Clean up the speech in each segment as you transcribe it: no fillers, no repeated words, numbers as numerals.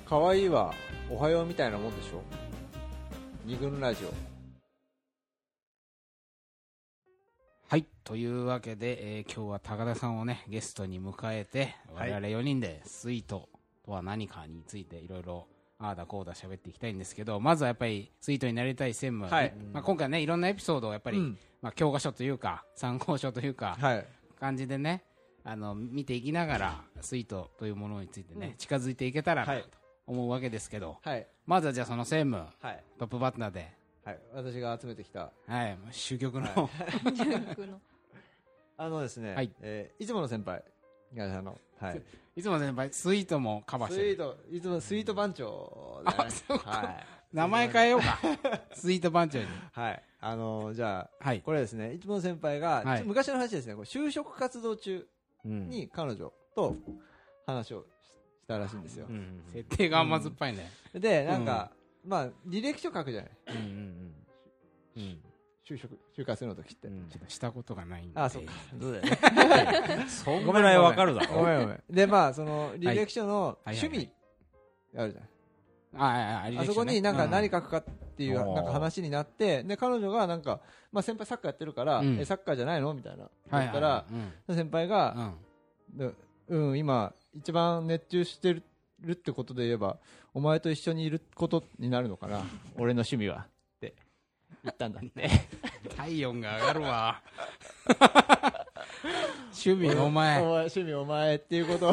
かわいいはおはようみたいなもんでしょ。二軍ラジオ。 はい、というわけで、今日は高田さんをねゲストに迎えて、我々4人でスイートとは何かについていろいろああだこうだ喋っていきたいんですけど、まずはやっぱりスイートになりたい専務、 はい、 今回ねいろんなエピソードをやっぱり、教科書というか参考書というか、感じでね見ていきながらスイートというものについてね、近づいていけたらなと思うわけですけど、まずはじゃあその専務、トップバッターで、 私が集めてきた、 珠玉の、 ですね、いつもの先輩いつもの先輩、スイートもカバーしてる、 いつもスイート番長で、 名前変えようかスイート番長に。 じゃあ、これですね、いつもの先輩が、昔の話ですね、就職活動中に彼女と話をしたらしいんですよ。 設定が甘酸っぱいね。 でなんか、履歴書書くじゃない、就活の時って、ちょっとしたことがないんで。 そうか、そうだよねそんぐらいわかるだろ。 ごめん。でその履歴書の趣味あるじゃない、あそこになんか何書くかっていうなんか話になって、で彼女がなんか、先輩サッカーやってるから、サッカーじゃないのみたいな言ったら、先輩が、今一番熱中してるってことで言えばお前と一緒にいることになるのかな俺の趣味はって言ったんだって体温が上がるわ趣味お前っていうことを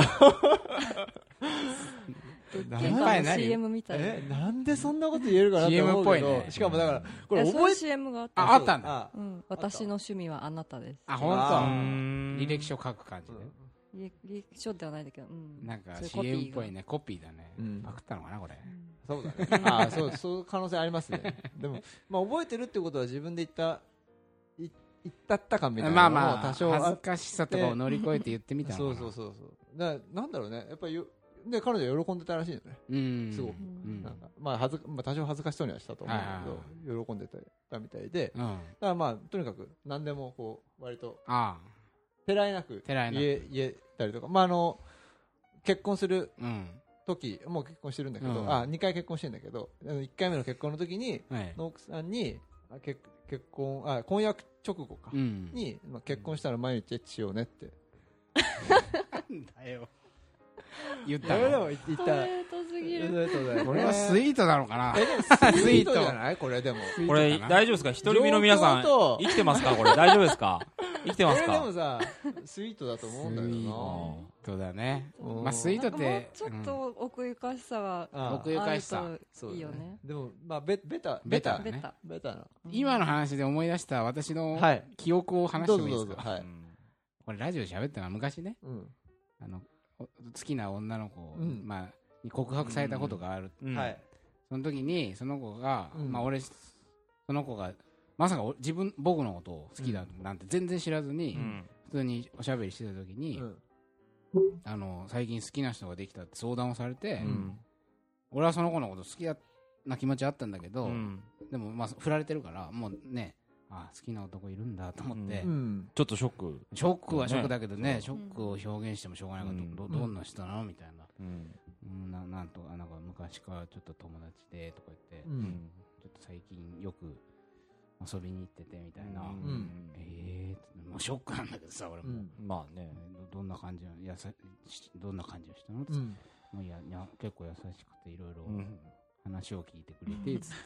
何 CM みたいな。 なんでそんなこと言えるかなと思うけど、しかもだからこれ覚えて CM があったんだ。 私の趣味はあなたです。 本当。履歴書書く感じで。 履歴書ではないんだけど、 なんか CM っぽいね、コピーだね。パクったのかなこれ。 そうだね。そういう可能性ありますね。でも覚えてるってことは自分で言った感みたいなのも多少恥ずかしさとかを乗り越えて言ってみたのかな。 そうなんだろうね、やっぱりで彼女は喜んでたらしいのね、すごく。なんか多少恥ずかしそうにはしたと思うけど喜んでたみたいで、だからとにかく何でもこう割とてらいなく言えたりとか、結婚する時、もう結婚してるんだけど、2回結婚してるんだけど、1回目の結婚の時に奥さんに婚約直後かに結婚したら毎日エッチしようねってなんだよ言ったの。 ストレートすぎる。 これはスイートなのかな。 スイートじゃないこれ。でもこれ大丈夫ですか、一人身の皆さん生きてますか、これ大丈夫ですか、生きてますか。 でもさスイートだと思うんだけどな。 スイートだね。スイートってちょっと奥ゆかしさがあるといいよね。 でもベタな。 今の話で思い出した私の記憶を話してもいいですか。これラジオで喋ったのは昔ね、好きな女の子に告白されたことがある。その時にその子が、その子がまさか僕のことを好きだなんて全然知らずに、普通におしゃべりしてた時に、最近好きな人ができたって相談をされて、俺はその子のこと好きな気持ちあったんだけど、でも振られてるからもうね、好きな男いるんだと思って、 ちょっとショックはショックだけどね、ショックを表現してもしょうがないから、どんな人なのみたいな、なんか昔からちょっと友達でとか言って、ちょっと最近よく遊びに行っててみたいな、もうショックなんだけどさ、俺もどんな感じの人なのって、もういや結構優しくていろいろ話を聞いてくれてつって、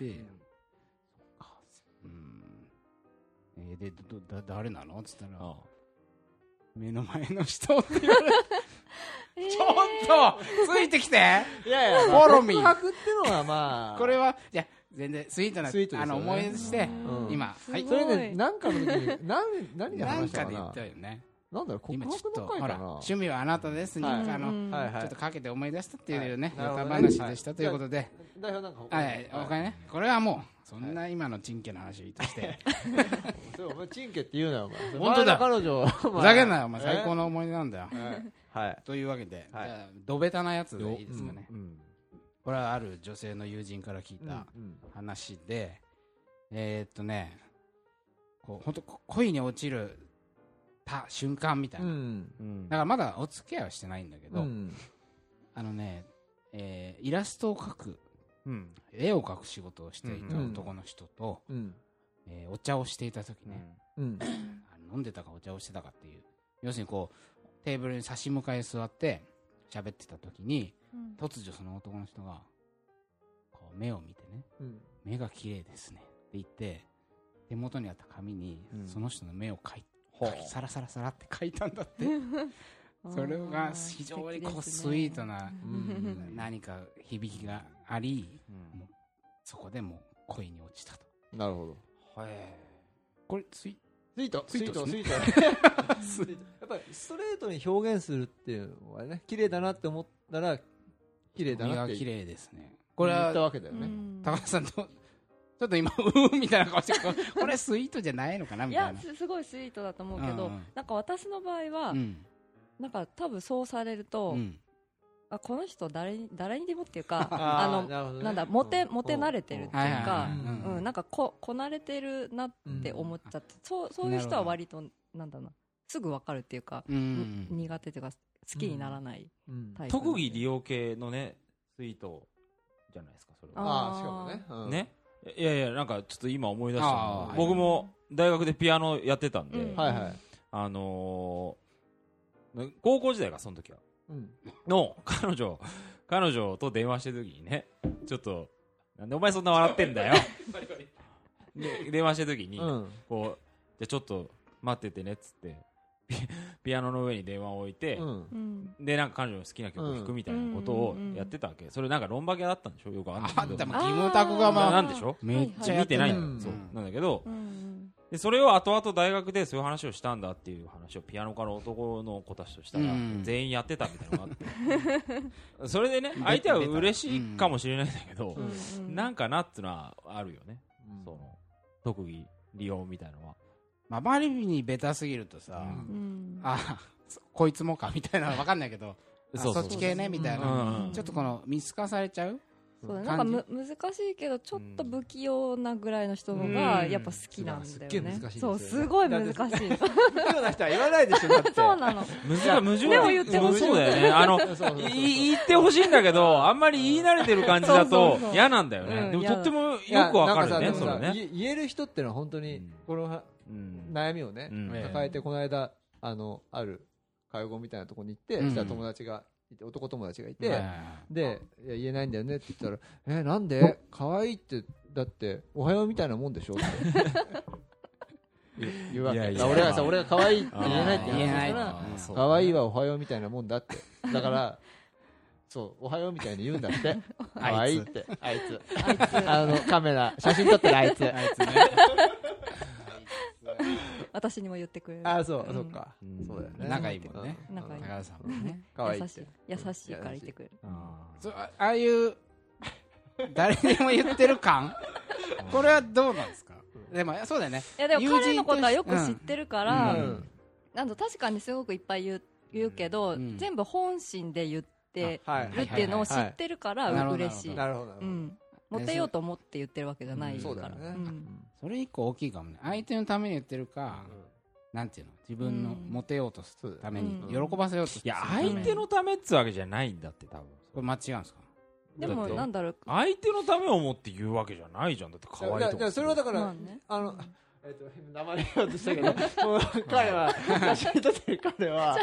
で誰なのっつったら、目の前の人って言われてちょっとついてきて、 いやフォロミー告白ってのはこれはじゃ全然スイートな思い出して、今それで何かの時に何で話したかな。 なんかで言ったよね。 なんだろう、告白の回かな。 趣味はあなたですにちょっとかけて思い出したっていうね、ネタ話でしたということで、これはもうそんな今のチンケの話をいいとしてお前チンケって言うなよ、お前。 本当だ、 彼女ふざけんなよお前、最高の思い出なんだよ。というわけで、 はい、 じゃあドベタなやつでいいですかね、これはある女性の友人から聞いた話で、こう本当恋に落ちるた瞬間みたいな、だからまだお付き合いはしてないんだけど、 イラストを描く、絵を描く仕事をしていた男の人と、お茶をしていた時ね、飲んでたかお茶をしてたかっていう、要するにこうテーブルに差し向かい座って喋ってた時に、突如その男の人がこう目を見てね、目が綺麗ですねって言って手元にあった紙にその人の目をサラサラサラって書いたんだってそれが非常にこうスイートな何か響きがあり、そこでもう恋に落ちたと。 なるほど。 これスイートやっぱりストレートに表現するっていうのはね、綺麗だなって思ったら綺麗だなって綺麗ですね。これは言ったわけだよね。 高橋さんとちょっと今みたいな顔してこれスイートじゃないのかなみたいな。 いやすごいスイートだと思うけど、なんか私の場合は、なんか多分そうされると、この人誰にでもっていうかなんだモテ慣れてるっていうか、なんかこなれてるなって思っちゃって、そういう人は割となんだな、すぐ分かるっていうか、苦手というか好きにならないタイプ。 特技利用系のねスイートじゃないですかそれは。 しかもね。 ね。いやいや、なんかちょっと今思い出したの、僕も大学でピアノやってたんで、高校時代がその時は、の彼女と電話してる時にね、ちょっとなんでお前そんな笑ってんだよ電話してる時に、こうじゃあちょっと待っててねっつってピアノの上に電話を置いて、でなんか彼女の好きな曲を弾くみたいなことをやってたわけ。それなんかロンバケだったんでしょ、よくわかんないけど。 キムタクがなんでしょ、 めっちゃ見てないんだよ。そうなんだけど、でそれを後々大学でそういう話をしたんだっていう話をピアノ科の男の子たちとしたら、全員やってたみたいなのがあってそれでね、相手は嬉しいかもしれないんだけど、なんかなっていうのはあるよね、その特技利用みたいなのは。 あまりにベタすぎるとさ、こいつもかみたいなの分かんないけど、そっち系ねみたいな、ちょっとこの見透かされちゃう。 そうなんか難しいけどちょっと不器用なぐらいの人のがやっぱ好きなんだよね。そう、すごい難しい。不器用な人は言わないでしょ。だってそうなの。 矛盾でも言ってほしい。そうだよね。言ってほしいんだけど、あんまり言い慣れてる感じだと嫌なんだよね。でもとってもよくわかるね、それね。 言える人ってのは本当にこの悩みをね抱えて、この間ある会合みたいなところに行って、したら友達が男友達がいて、でいや言えないんだよねって言ったら、なんで可愛いってだっておはようみたいなもんでしょって言うわけ。俺が可愛いって言えないって言ったら、可愛いはおはようみたいなもんだって。だからそうおはようみたいに言うんだって。可愛いってあいつカメラ写真撮ってるあいつね。 私にも言ってくれる。 そうか。そうだよね。 仲いいもんね。 仲いい。 高橋さんもね。 可愛い。 優しいから言ってくれる。 ああいう誰にも言ってる感、これはどうなんですか。でもそうだよね。 いやでも彼のことはよく知ってるから、確かにすごくいっぱい言うけど、全部本心で言ってるっていうのを知ってるから嬉しい。 なるほど。 モテようと思って言ってるわけじゃないから。 それ一個大きいかもね。相手のために言ってるか、なんていうの、自分のモテようとするために喜ばせようとする。 いや相手のためっつうわけじゃないんだって。多分これ間違うんですか。 でもなんだろう、 相手のためを思って言うわけじゃないじゃん。だって可愛いとか。 それはだから名前言おうとしたけど、彼は写真撮ってる彼は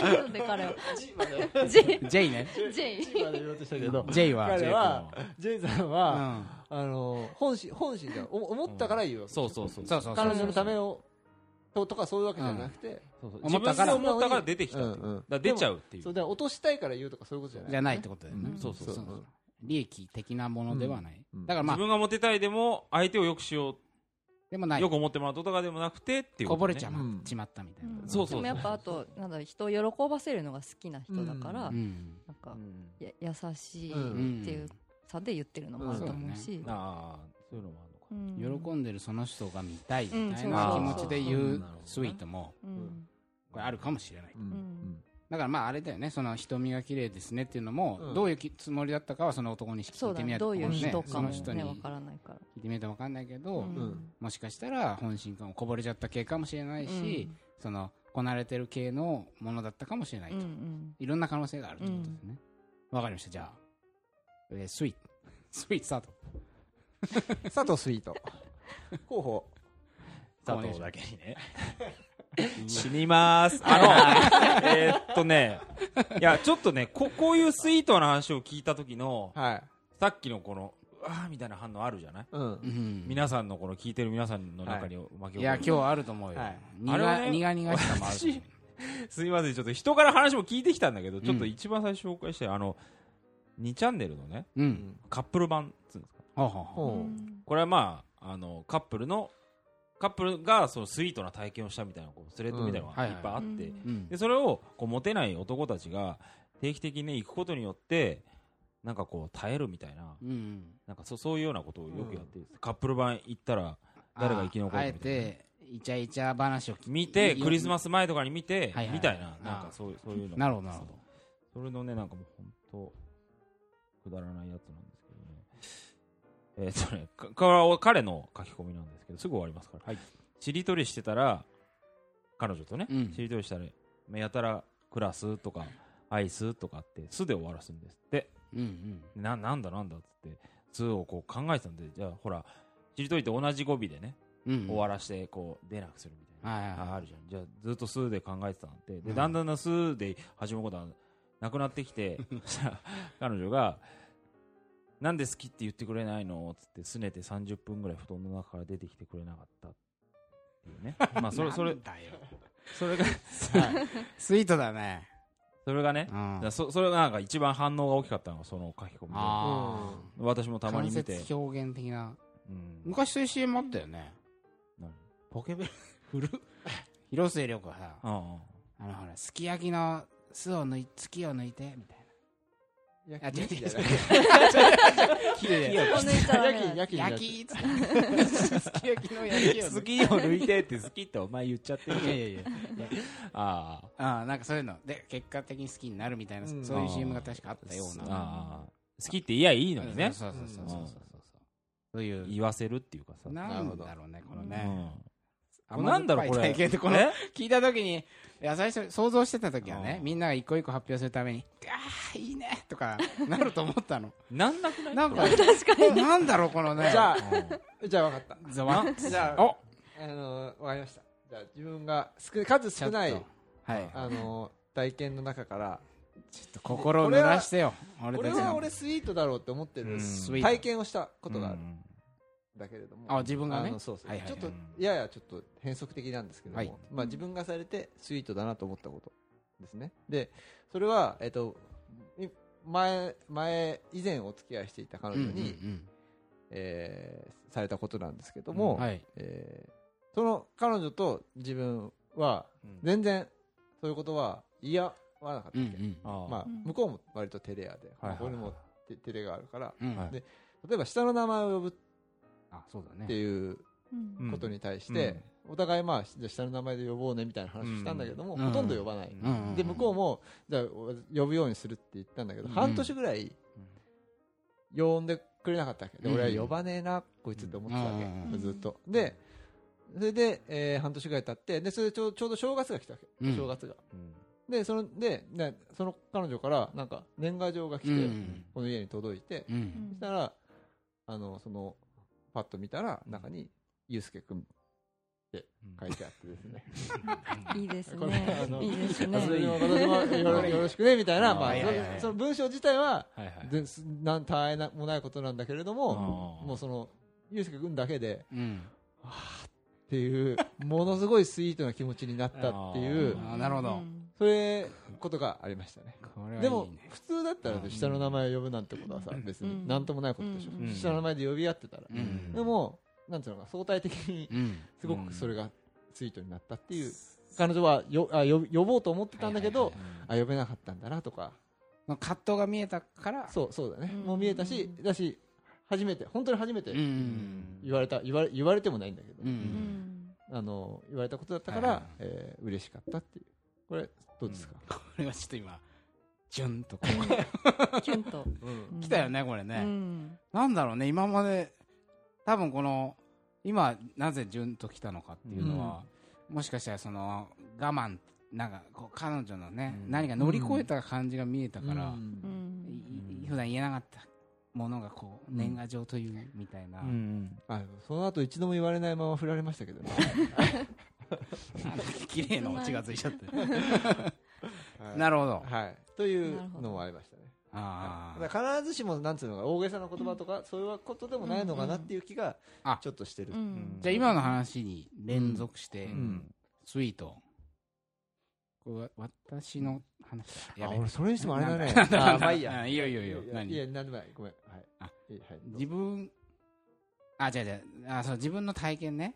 J ね。 J まで言おうとしたけど、 J は彼は J さんは本心で思ったから言うわけ。 そう彼女のためをとかそういうわけじゃなくて、 自分で思ったから出てきた、出ちゃうっていう。 そうだ、落としたいから言うとかそういうことじゃないってことだよね。そう利益的なものではない。だから自分がモテたいでも相手をよくしようでもない、 よく思ってもらうとかでもなくてっていう、 こぼれちまったみたいな。 そうでもやっぱあとなんだ、人を喜ばせるのが好きな人だから、なんか優しいっていうさで言ってるのもあると思うし、 そういうのもあるのか。 喜んでるその人が見たいみたいな気持ちで言うスイートもこれあるかもしれない。だからあれだよね、その瞳が綺麗ですねっていうのもどういうつもりだったかはその男に聞いてみないと、 どういう人かもね、 分からないから聞いてみないと分かんないけど、もしかしたら本心感をこぼれちゃった系かもしれないし、そのこなれてる系のものだったかもしれないと、いろんな可能性があるということですね。わかりました。じゃあスイートスタート佐藤スイート候補佐藤だけにね死にます。いや、ちょっとね、こういうスイートな話を聞いた時の、はい、さっきのこの、みたいな反応あるじゃない、うん、皆さんのこの聞いてる皆さんの中に巻き起こる。いや、今日あると思うよ。はい、苦々しさもある。 すみません、ちょっと人から話も聞いてきたんだけど、ちょっと一番最初紹介して、2チャンネルのね、カップル版っつうんですか。これはまあ、カップルがそのスイートな体験をしたみたいなスレッドみたいなのがいっぱいあって、でそれをモテない男たちが定期的に、ね、行くことによってなんか耐えるみたいな、なんかそういうようなことをよくやってる、カップル版行ったら誰が生き残るみたいな、 あえてイチャイチャ話を見てクリスマス前とかに見てみたいな、なんかそういうの、 なるほどなるほど、 それのね、なんかもう本当くだらないやつなんですけどね。彼の書き込みなんですけど、すぐ終わりますから。はい、しりとりしてたら、彼女とね、しりとりしたら、やたらクラスとか、アイスとかって、すで終わらすんですって。なんだっつって、すを考えてたんで、じゃあ、ほら、しりとりって同じ語尾でね、終わらして、出なくするみたいな。あるじゃん。じゃあ、ずっとすで考えてたんで、で、だんだんすで始めることはなくなってきて、彼女が、なんで好きって言ってくれないのつってすねて30分ぐらい布団の中から出てきてくれなかったっていうね。まあそれがスイートだね。 それがね、それがなんか一番反応が大きかったのがその書き込みで、私もたまに見て。 間接表現的な。昔そういう CM あったよね。ポケベル広末涼子がさ、ほらすき焼きの月を抜いてみたいな。焼きじゃない。焼きすき焼きの焼きを好きを抜いてって好きってお前言っちゃってる。いやなんかそういうので結果的に好きになるみたいな、そういう CM が確かあったような。 好きって言えばいいのにね。 そういう言わせるっていうかさ。 なんだろうね、このね。 なんだろうこれ。 聞いた時に、最初想像してた時はね、みんなが一個一個発表するために、いいねとかなると思ったの。 なんなくない？ なんか確かに。なんだろうこのね。 じゃあ分かった。じゃあ分かりました。じゃあ自分が数少ない体験の中から。 ちょっと心を濡らしてよ。 俺スイートだろうって思ってる体験をしたことがある。だけれども、 自分がね、 ちょっとややちょっと変則的なんですけども、まあ自分がされてスイートだなと思ったことですね。で、それは以前お付き合いしていた彼女にされたことなんですけども、その彼女と自分は全然そういうことは嫌はなかったわけ。まあ向こうも割と照れ屋で、俺も照れがあるから、で例えば下の名前を呼ぶっていうことに対して、お互いじゃあ下の名前で呼ぼうねみたいな話をしたんだけども、ほとんど呼ばない。で向こうもじゃあ呼ぶようにするって言ったんだけど、半年ぐらい呼んでくれなかったわけで、俺は呼ばねえなこいつって思ってたわけ、ずっと。でそれで、半年ぐらい経って、でそれでちょうど正月が来たわけ、正月が。でその彼女からなんか年賀状が来て、この家に届いて、そしたらそのパッと見たら中にゆうすけくんって書いてあってですねいいですね、いいですね、 私もよろしくねみたいな、その文章自体はたわいもないことなんだけれども、もうそのゆうすけくんだけではぁっていうものすごいスイートな気持ちになったっていう、 なるほど、 そういうことがありましたね。でも普通だったら下の名前を呼ぶなんてことはさ、別になんともないことでしょ。下の名前で呼び合ってたら、でもなんていうのか相対的にすごくそれがスイートになったっていう。彼女は呼ぼうと思ってたんだけど、呼べなかったんだなとか、 葛藤が見えたから、 そうだね、もう見えたし、本当に初めて言われてもないんだけど、言われたことだったから嬉しかったっていう。これどうですか？ これはちょっと今ジュンとキュンと来たよね、これね。なんだろうね、今まで多分この今なぜジュンと来たのかっていうのは、もしかしたらその我慢、なんかこう彼女のね、何か乗り越えた感じが見えたから、普段言えなかったものがこう年賀状というみたいな、 その後一度も言われないまま振られましたけどね綺麗なオチがついちゃってなるほど、 というのもありましたね。必ずしもなんつうのか大げさな言葉とかそういうことでもないのかなっていう気がちょっとしてる。 じゃあ今の話に連続してスイート、これ私の話だ。 俺それにしてもあれだね。まあいいや。 いいよいいよいいよ。 いやなんでもない。ごめん。 自分そう自分の体験ね。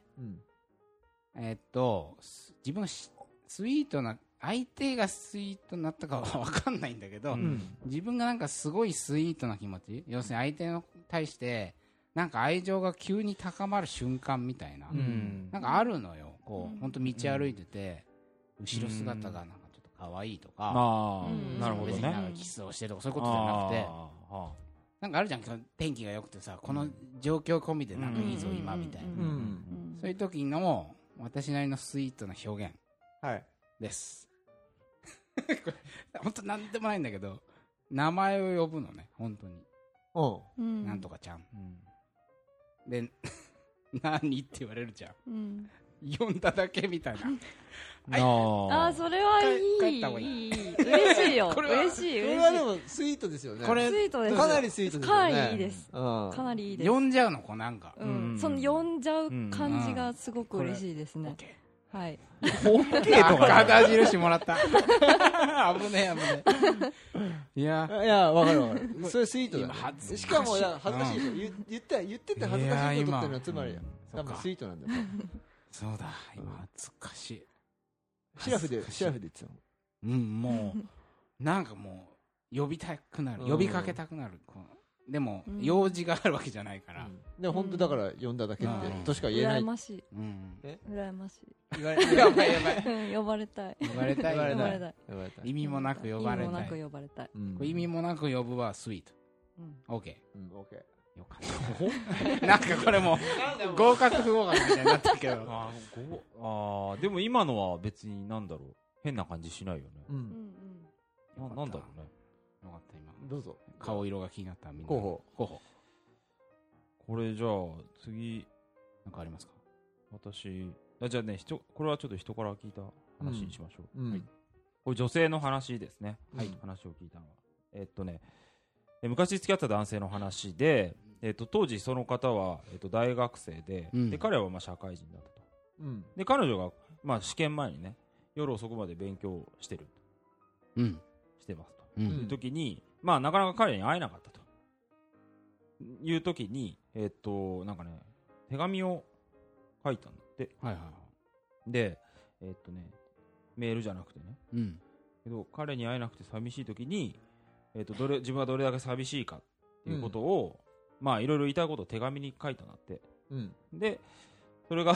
自分スイートな相手がスイートになったかは分かんないんだけど、自分がなんかすごいスイートな気持ち、要するに相手に対してなんか愛情が急に高まる瞬間みたいな、なんかあるのよ。こう本当道歩いてて、後ろ姿がなんかちょっと可愛いとか、 なるほどね。 なんかキスをしてるとかそういうことじゃなくて、なんかあるじゃん、天気が良くてさ、この状況込みでなんかいいぞ今みたいな、そういう時の私なりのスイートな表現です。本当なんでもないんだけど、名前を呼ぶのね、本当に。なんとかちゃん。で、何って言われるじゃん。呼んだだけみたいな。 それはいい。嬉しいよ。嬉しい。 それはでもスイートですよね。 これスイートです。 かなりスイートですよね。 かなりいいです。かなりいいです。 呼んじゃうのこうなんか。 その呼んじゃう感じがすごく嬉しいですね。はい。 オッケーとか肩印もらった。危ねえ。いやわかる。それスイートだ。しかも恥ずかしい。言ってて恥ずかしいことっていうのはつまり多分スイートなんだよ。 そうだ。今恥ずかしい。 シラフで言ってたの。もうなんかもう呼びたくなる。呼びかけたくなる。でも用事があるわけじゃないから。 で本当だから呼んだだけってとしか言えない。 羨ましい。羨ましい。 やばい。 呼ばれたい。 意味もなく呼ばれたい。 意味もなく呼ばれたい。 意味もなく呼ぶはスイート。オッケー。よかった。なんかこれも合格不合格みたいになったけど。 でも今のは別になんだろう、変な感じしないよね。なんだろうね。 よかった今。 どうぞ。 顔色が気になったみんな。 候補。 これじゃあ次なんかありますか。 私じゃあね、これはちょっと人から聞いた話にしましょう。これ女性の話ですね。話を聞いたのは昔付き合った男性の話で、当時その方は大学生で、彼は社会人だったと。で彼女が試験前にね、夜遅くまで勉強してる、してますという時に、なかなか彼に会えなかったという時に、なんかね、手紙を書いたんだって。でメールじゃなくてね、けど彼に会えなくて寂しい時に、自分がどれだけ寂しいかっていうことを、いろいろ言いたいことを手紙に書いたんだって。でそれが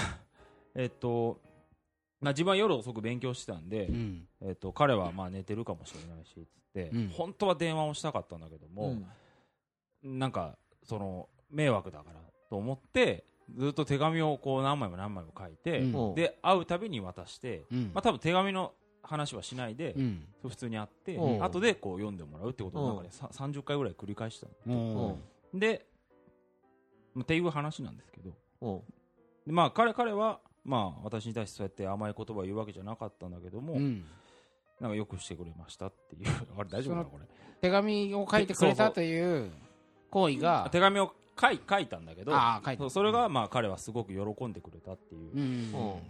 自分は夜遅く勉強してたんで、彼は寝てるかもしれないしつって、本当は電話をしたかったんだけども、なんかその迷惑だからと思ってずっと手紙をこう何枚も書いて、で会うたびに渡して、多分手紙の話はしないで、普通に会って後でこう読んでもらうってことをなんかね30回ぐらい繰り返したので、っていう話なんですけど、彼は私に対してそうやって甘い言葉を言うわけじゃなかったんだけども、なんかよくしてくれましたっていう。あれ大丈夫かなこれ。 手紙を書いてくれたという行為が、 手紙を書いたんだけど、それが彼はすごく喜んでくれたっていう。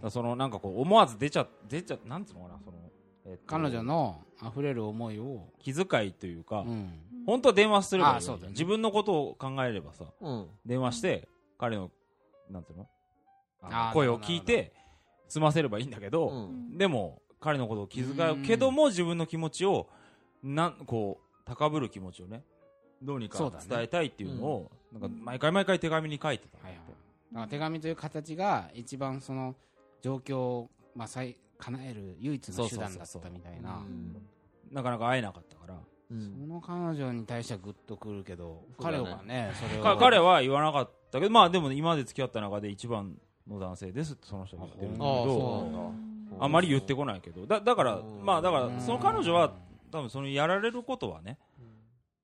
そのなんかこう思わず出ちゃなんつうのかな、その彼女の溢れる思いを気遣いというか、本当は電話すればいい、自分のことを考えればさ、電話して彼のなんつうの声を聞いて済ませればいいんだけど、でも彼のことを気遣うけども、自分の気持ちをこう高ぶる気持ちをね、どうにか伝えたいっていうのをなんか毎回手紙に書いてた。 手紙という形が一番その状況を叶える唯一の手段だったみたいな。 なかなか会えなかったから、 その彼女に対してはグッとくるけど、彼はね、 彼は言わなかったけど、でも今まで付き合った中で一番の男性ですってその人が言ってるんだけど、あまり言ってこないけど、だからその彼女は多分そのやられることはね、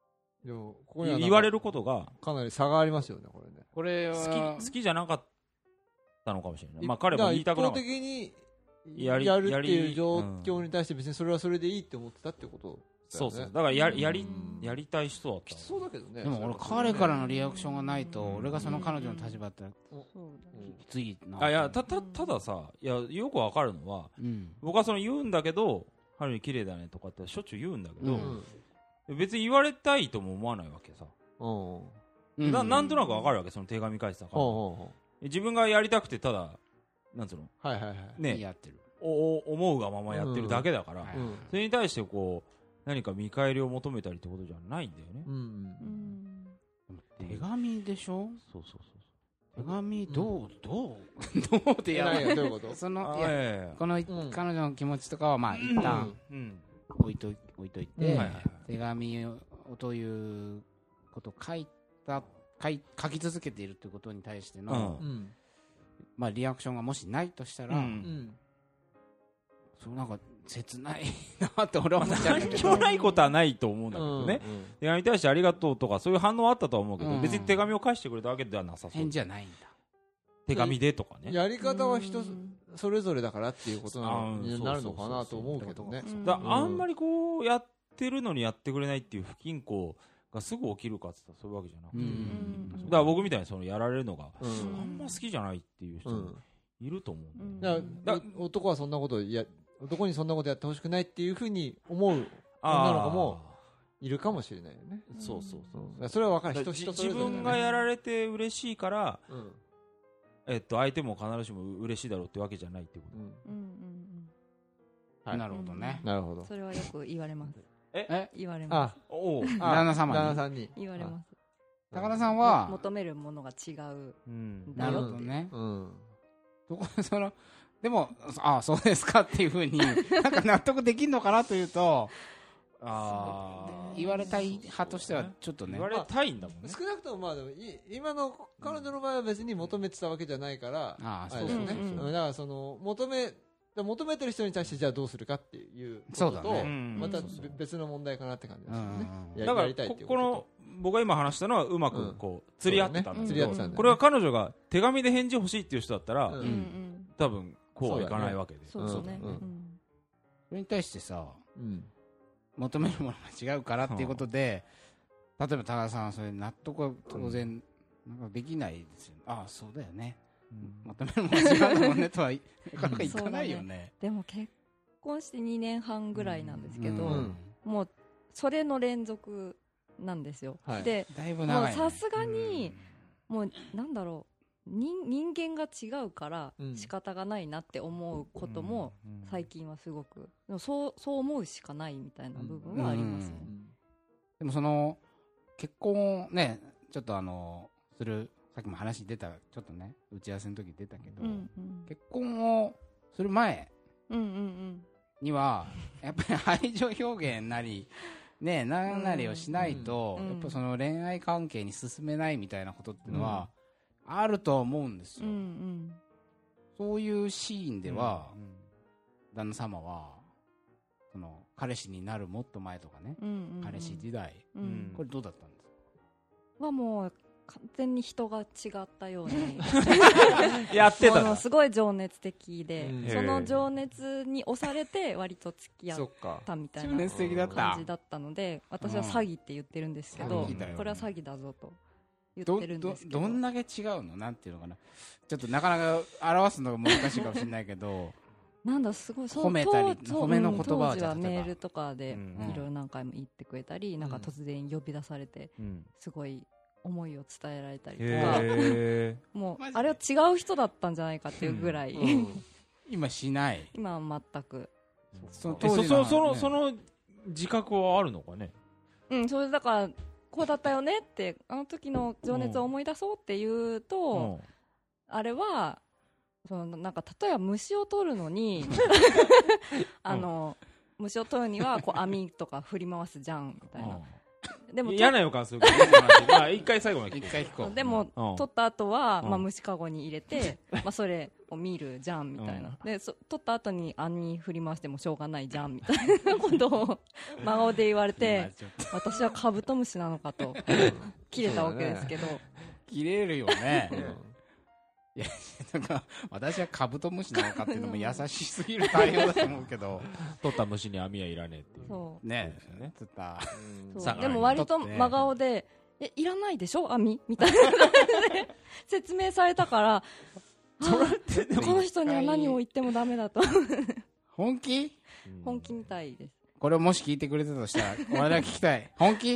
でもここに言われることがかなり差がありますよね、これね。 これは好きじゃなかったのかもしれない。まあ彼も言いたくなかった。 一方的にやるっていう状況に対して別にそれはそれでいいって思ってたってことだよね。 そうそう。だからやりたい人だった。 きつそうだけどね。 でも俺彼からのリアクションがないと、俺がその彼女の立場だったらきついな。 いやたださ、いやよくわかるのは、僕はその言うんだけど、春に綺麗だねとかってしょっちゅう言うんだけど、別に言われたいとも思わないわけさ。なんとなくわかるわけ、その手紙書いてたから。自分がやりたくてただなんつうの、 ね、やってる。 思うがままやってるだけだから、それに対してこう何か見返りを求めたりってことじゃないんだよね。 手紙でしょ。 そう。 手紙どうってやる。 どういうこと？ そのこの彼女の気持ちとかはまあ一旦置いといて、手紙をということを書き続けているということに対してのまあリアクションがもしないとしたら、そうなんか切ないなって俺は思っちゃうけど、 何もないことはないと思うんだけどね。手紙に対してありがとうとかそういう反応はあったとは思うけど、別に手紙を返してくれたわけではなさそう。 返事はないんだ。 手紙でとかね。 やり方は人それぞれだからっていうことになるのかなと思うけどね。 あんまりこうやってるのにやってくれないっていう不均衡がすぐ起きるかって言ったらそういうわけじゃなくて、だから僕みたいにそのやられるのがあんま好きじゃないっていう人いると思う。 だから男はそんなこと男にそんなことやってほしくないっていうふうに思う女の子もいるかもしれないよね。 そう。 それは分かる。人それぞれだね。 自分がやられて嬉しいから、相手も必ずしも嬉しいだろうってわけじゃないってこと。 なるほどね。 なるほど。 それはよく言われます。言われます。旦那様に言われます。 高田さんは求めるものが違う。 なるほどね。でもそうですかっていうふうになんか納得できるのかなというと、言われたい派としてはちょっとね、 言われたいんだもんね。 少なくともまあでも今の彼女の場合は別に求めてたわけじゃないから、そうですね。だからその求めてる人に対してじゃあどうするかっていうこととまた別の問題かなって感じですよね。 だからこの僕が今話したのはうまくこう釣り合ってたんですけど、これは彼女が手紙で返事欲しいっていう人だったら多分こうはいかないわけで、 そうね。 それに対してさ、求めるものが違うからっていうことで、例えば高田さんはそれ納得は当然なんかできないですよね。そうだよね。求めるものが違うもんねとはなかなかいかないよね。 でも結婚して2年半ぐらいなんですけど、もうそれの連続なんですよ。で、もうさすがにもうなんだろう。人間が違うから仕方がないなって思うことも最近はすごくそう思うしかないみたいな部分はありますね。 でもその結婚をねちょっとするさっきも話出たちょっとね打ち合わせの時出たけど、結婚をする前にはやっぱり愛情表現なりね何なりをしないとやっぱその恋愛関係に進めないみたいなことっていうのはあると思うんですよ。そういうシーンでは、旦那様はその彼氏になるもっと前とかね、彼氏時代、これどうだったんですか？ はもう完全に人が違ったようにやってたの。 すごい情熱的で、その情熱に押されて割と付き合ったみたいな感じだったので、私は詐欺って言ってるんですけど、これは詐欺だぞと。言ってるんですけどどんだけ違うのなんていうのかな、ちょっとなかなか表すのが難しいかもしれないけどなんだすごい褒めたり褒めの言葉当時はメールとかでいろいろ何回も言ってくれたり、なんか突然呼び出されてすごい思いを伝えられたりとか、もうあれは違う人だったんじゃないかっていうぐらい今しない。 今は全くその自覚はあるのかね。 それだからこうだったよねってあの時の情熱を思い出そうっていうと、あれはそのなんか例えば虫を取るのに虫を取るにはこう網とか振り回すじゃんみたいな、 でも嫌な予感するまあ一回最後まで聞こう。 でも取った後はまあ虫かごに入れてまあそれを見るじゃんみたいなで取った後に網振り回してもしょうがないじゃんみたいなことを真顔で言われて私はカブトムシなのかと切れたわけですけど切れるよね。いやなんか私はカブトムシなのかっていうのも優しすぎる対応だと思うけど取った虫に網はいらねえっていうそうね釣ったでも割と真顔でいらないでしょ網みたいな説明されたからこの人には何を言ってもダメだと本気みたいです。 これをもし聞いてくれたとしたらお前ら聞きたい本気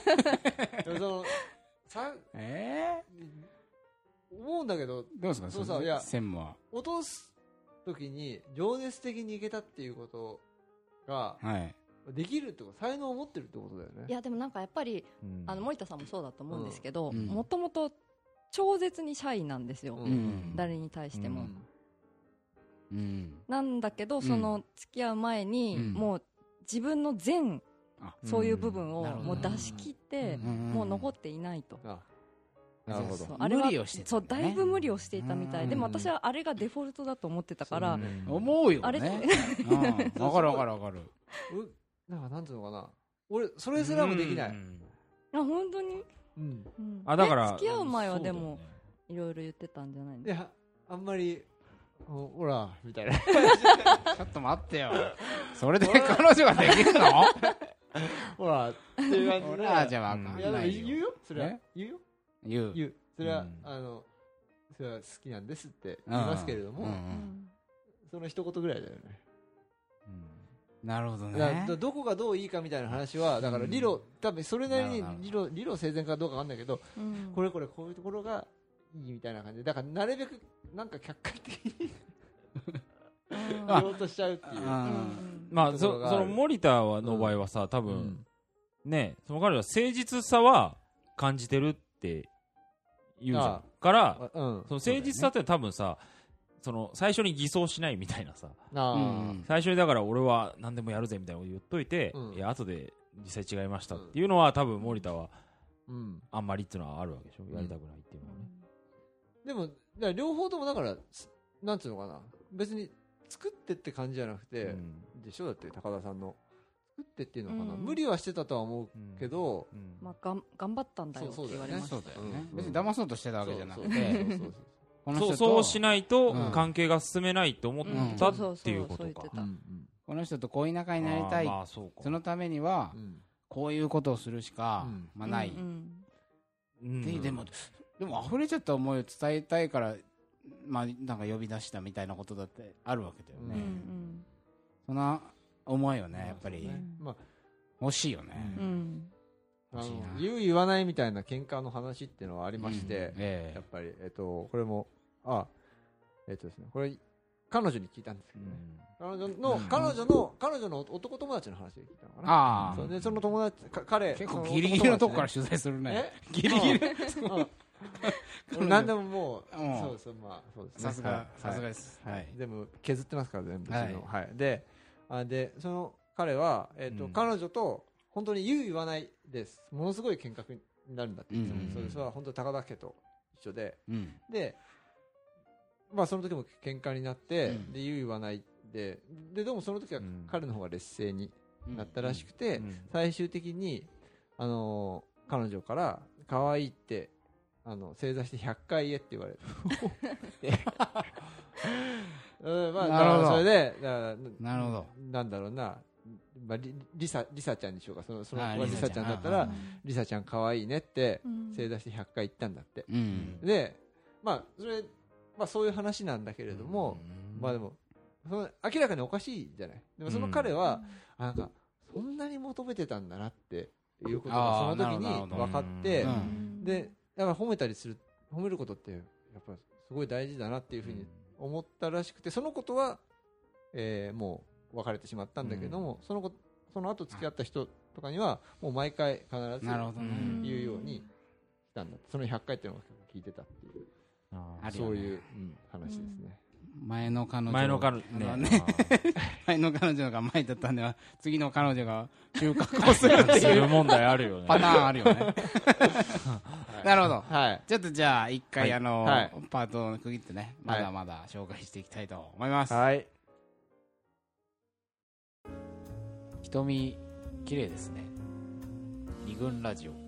思うんだけど、 どうですか、 そうさ、いや、 専務は。 落とす時に情熱的にいけたっていうことが、できるってこと、才能を持ってるってことだよね。 いや、でもなんかやっぱり、森田さんもそうだと思うんですけど、もともと超絶にシャイなんですよ。誰に対しても。なんだけど、その付き合う前に、もう自分の全、そういう部分をもう出し切って、もう残っていないと。 なるほど。 あれは無理をしてた、そうだいぶ無理をしていたみたいでも私はあれがデフォルトだと思ってたから思うよね。 あれわかるわかるわかる。 なんかなんていうのかな、俺それすらもできない。 あ本当に。 あだから付き合う前はでもいろいろ言ってたんじゃないの。 いやあんまりほらみたいな。ちょっと待ってよ。それで彼女ができるの？ ほらっていう感じで。 ほらじゃあ分かんないよ。 言うよ。それは言うよ。 言う。 それはそれは好きなんですって言いますけれども、その一言ぐらいだよね。 なるほどね。 どこがどういいかみたいな話はだから多分それなりに理路整然かどうかわかんないけど、これこういうところがいいみたいな感じで、だからなるべくなんか客観的に言おうとしちゃうっていう。 まあその森田の場合はさ、多分ね、その彼は誠実さは感じてるって言うじゃんから、その誠実さって多分さ、その最初に偽装しないみたいなさ、最初にだから俺は何でもやるぜみたいなこと言っといて、いや後で実際違いましたっていうのは多分森田はあんまりっていうのはあるわけでしょ、やりたくないっていうのはね。 でも両方ともだからなんていうのかな、別に作ってって感じじゃなくて、でしょ、だって高田さんの作ってっていうのかな、無理はしてたとは思うけど、 まあ頑張ったんだよって言われました。 そうだよね。別に騙そうとしてたわけじゃなくて、 そうしないと関係が進めないと思ったっていうことか。 この人と恋仲になりたい、そのためにはこういうことをするしかない。でも溢れちゃった思いを伝えたいから、まあなんか呼び出したみたいなことだってあるわけだよね。そんな思いをね、やっぱり欲しいよね。 言う言わないみたいな喧嘩の話っていうのはありまして、やっぱりこれもですね、これ彼女に聞いたんですけど、彼女の男友達の話で聞いたのかな。でその友達彼結構ギリギリのとこから取材するね。ギリギリ。 何でももうそうです、まあそうですね。 さすがです。 全部削ってますから全部。でその彼は彼女と本当に言う言わないです。ものすごい喧嘩になるんだって言ってた。それは本当高田家と一緒で、まあその時も喧嘩になって、で言う言わないででもその時は彼の方が劣勢になったらしくて、最終的に彼女から可愛いって正座して100回言えって言われて。まあそれでなるほど。 なんだろうな。リサちゃんにしようか、その子がリサちゃんだったら、リサちゃん可愛いねって正座して100回言ったんだって。で、まあそれまあそういう話なんだけれども、まあでも明らかにおかしいじゃない。でもその彼はなんかそんなに求めてたんだなっていうことがその時に分かって、でだから褒めることってやっぱすごい大事だなっていうふうに思ったらしくて、そのことはもう別れてしまったんだけども、その後付き合った人とかにはもう毎回必ず言うようにしたんだって。その100回っていうのを聞いてたっていう、そういう話ですね。 前の彼女前の彼女が前だったんでは次の彼女が収穫をするっていう問題あるよね。 パターンあるよね。なるほど。ちょっとじゃあ一回パートを区切ってね、まだまだ紹介していきたいと思います。はい。瞳綺麗ですね。二軍ラジオ。